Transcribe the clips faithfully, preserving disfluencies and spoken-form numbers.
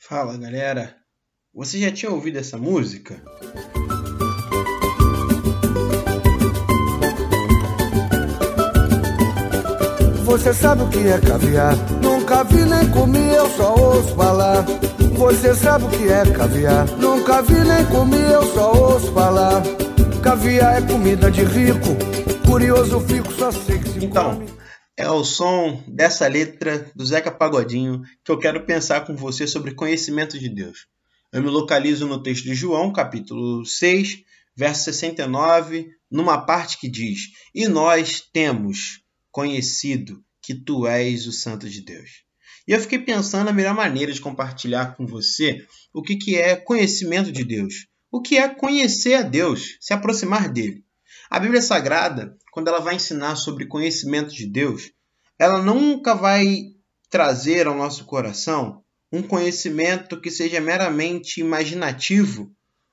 Fala galera, você já tinha ouvido essa música? Você sabe o que é caviar? Nunca vi nem comi, eu só ouço falar. Você sabe o que é caviar? Nunca vi nem comi, eu só ouço falar. Caviar é comida de rico, curioso fico, só sei que se Então, come. é o som dessa letra do Zeca Pagodinho que eu quero pensar com você sobre conhecimento de Deus. Eu me localizo no texto de João, capítulo seis, verso sessenta e nove, numa parte que diz: E nós temos conhecido que tu és o Santo de Deus. E eu fiquei pensando a melhor maneira de compartilhar com você o que, que é conhecimento de Deus. O que é conhecer a Deus, se aproximar dele. A Bíblia Sagrada, quando ela vai ensinar sobre conhecimento de Deus, ela nunca vai trazer ao nosso coração um conhecimento que seja meramente imaginativo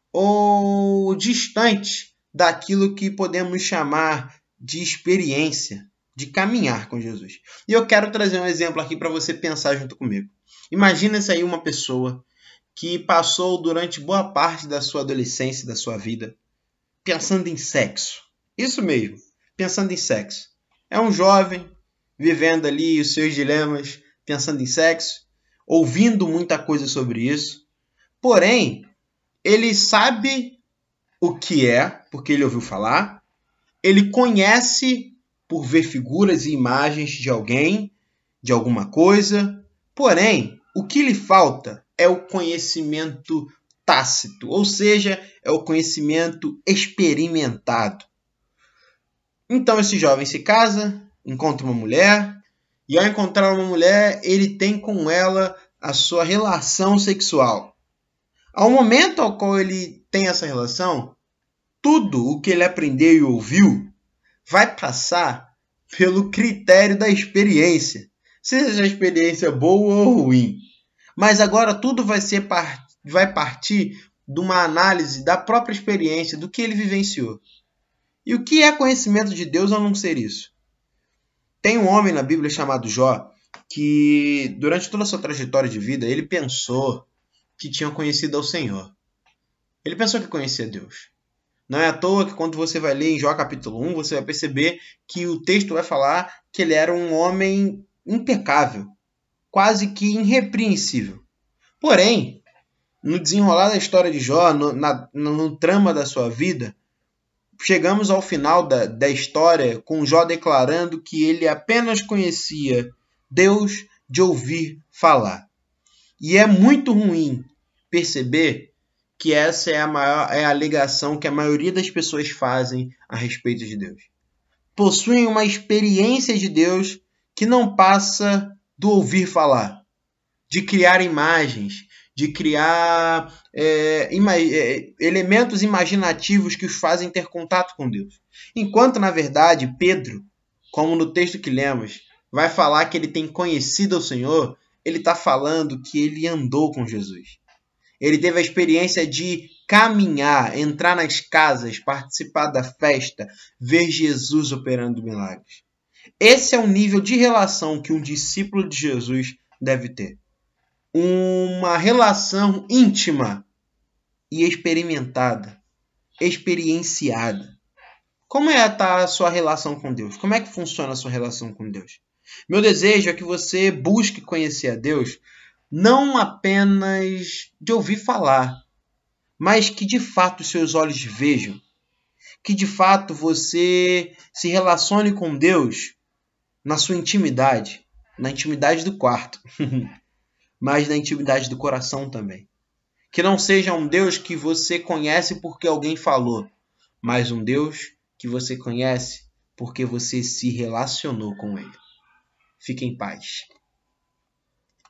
ou distante daquilo que podemos chamar de experiência, de caminhar com Jesus. E eu quero trazer um exemplo aqui para você pensar junto comigo. Imagina-se aí uma pessoa que passou durante boa parte da sua adolescência, da sua vida, pensando em sexo. Isso mesmo, pensando em sexo. É um jovem vivendo ali os seus dilemas, pensando em sexo, ouvindo muita coisa sobre isso. Porém, ele sabe o que é, porque ele ouviu falar. Ele conhece por ver figuras e imagens de alguém, de alguma coisa. Porém, o que lhe falta é o conhecimento tácito, ou seja, é o conhecimento experimentado. Então esse jovem se casa, encontra uma mulher, e ao encontrar uma mulher, ele tem com ela a sua relação sexual. Ao momento ao qual ele tem essa relação, tudo o que ele aprendeu e ouviu vai passar pelo critério da experiência, seja a experiência boa ou ruim. Mas agora tudo vai, ser, vai partir de uma análise da própria experiência, do que ele vivenciou. E o que é conhecimento de Deus a não ser isso? Tem um homem na Bíblia chamado Jó, que durante toda a sua trajetória de vida, ele pensou que tinha conhecido ao Senhor. Ele pensou que conhecia Deus. Não é à toa que quando você vai ler em Jó capítulo um, você vai perceber que o texto vai falar que ele era um homem impecável, quase que irrepreensível. Porém, no desenrolar da história de Jó, no, na, no trama da sua vida, chegamos ao final da, da história com Jó declarando que ele apenas conhecia Deus de ouvir falar. E é muito ruim perceber que essa é a, maior, é a alegação que a maioria das pessoas fazem a respeito de Deus. Possuem uma experiência de Deus que não passa do ouvir falar, de criar imagens, de criar é, ima- é, elementos imaginativos que os fazem ter contato com Deus. Enquanto, na verdade, Pedro, como no texto que lemos, vai falar que ele tem conhecido o Senhor, ele está falando que ele andou com Jesus. Ele teve a experiência de caminhar, entrar nas casas, participar da festa, ver Jesus operando milagres. Esse é o nível de relação que um discípulo de Jesus deve ter. Uma relação íntima e experimentada, experienciada. Como é a sua relação com Deus? Como é que funciona a sua relação com Deus? Meu desejo é que você busque conhecer a Deus não apenas de ouvir falar, mas que de fato os seus olhos vejam, que de fato você se relacione com Deus na sua intimidade, na intimidade do quarto, mas na intimidade do coração também. Que não seja um Deus que você conhece porque alguém falou, mas um Deus que você conhece porque você se relacionou com ele. Fique em paz.